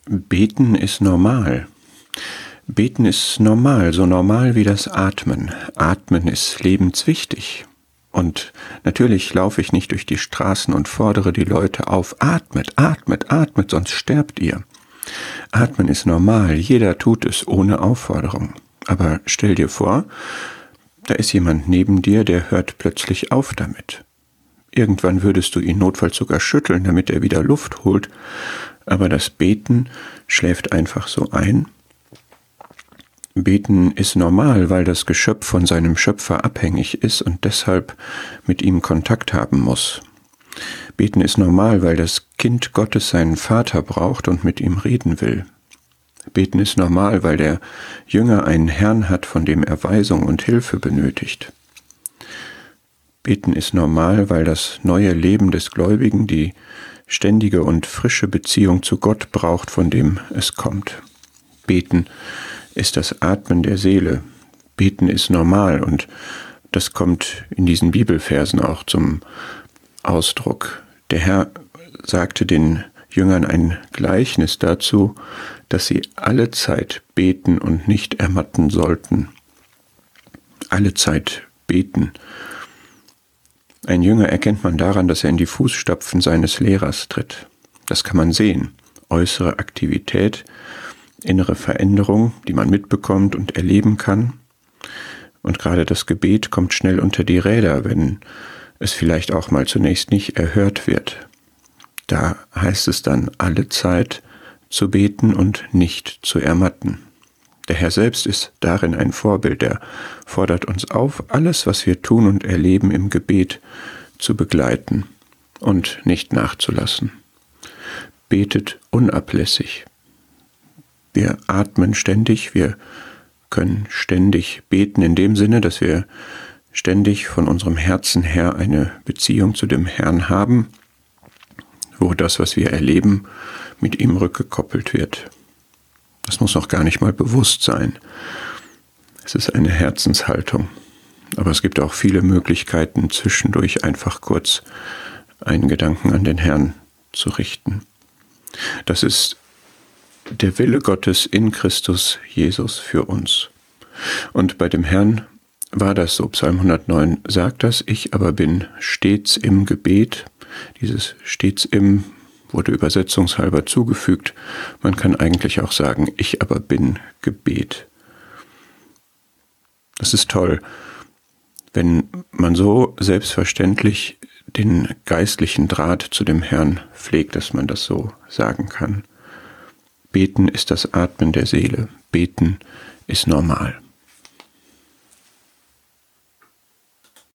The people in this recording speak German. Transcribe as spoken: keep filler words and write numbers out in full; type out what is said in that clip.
Beten ist normal. Beten ist normal, so normal wie das Atmen. Atmen ist lebenswichtig. Und natürlich laufe ich nicht durch die Straßen und fordere die Leute auf, atmet, atmet, atmet, sonst sterbt ihr. Atmen ist normal, jeder tut es ohne Aufforderung. Aber stell dir vor, da ist jemand neben dir, der hört plötzlich auf damit. Irgendwann würdest du ihn notfalls sogar schütteln, damit er wieder Luft holt. Aber das Beten schläft einfach so ein. Beten ist normal, weil das Geschöpf von seinem Schöpfer abhängig ist und deshalb mit ihm Kontakt haben muss. Beten ist normal, weil das Kind Gottes seinen Vater braucht und mit ihm reden will. Beten ist normal, weil der Jünger einen Herrn hat, von dem er Weisung und Hilfe benötigt. Beten ist normal, weil das neue Leben des Gläubigen die ständige und frische Beziehung zu Gott braucht, von dem es kommt. Beten ist das Atmen der Seele. Beten ist normal und das kommt in diesen Bibelversen auch zum Ausdruck. Der Herr sagte den Jüngern ein Gleichnis dazu, dass sie alle Zeit beten und nicht ermatten sollten. Alle Zeit beten. Ein Jünger erkennt man daran, dass er in die Fußstapfen seines Lehrers tritt. Das kann man sehen. Äußere Aktivität, innere Veränderung, die man mitbekommt und erleben kann. Und gerade das Gebet kommt schnell unter die Räder, wenn es vielleicht auch mal zunächst nicht erhört wird. Da heißt es dann, alle Zeit zu beten und nicht zu ermatten. Der Herr selbst ist darin ein Vorbild, er fordert uns auf, alles, was wir tun und erleben, im Gebet zu begleiten und nicht nachzulassen. Betet unablässig. Wir atmen ständig, wir können ständig beten in dem Sinne, dass wir ständig von unserem Herzen her eine Beziehung zu dem Herrn haben, wo das, was wir erleben, mit ihm rückgekoppelt wird. Das muss noch gar nicht mal bewusst sein. Es ist eine Herzenshaltung. Aber es gibt auch viele Möglichkeiten, zwischendurch einfach kurz einen Gedanken an den Herrn zu richten. Das ist der Wille Gottes in Christus Jesus für uns. Und bei dem Herrn war das so. Psalm hundertneun sagt das, ich aber bin stets im Gebet. Dieses stets im wurde übersetzungshalber zugefügt. Man kann eigentlich auch sagen, ich aber bin Gebet. Das ist toll, wenn man so selbstverständlich den geistlichen Draht zu dem Herrn pflegt, dass man das so sagen kann. Beten ist das Atmen der Seele. Beten ist normal.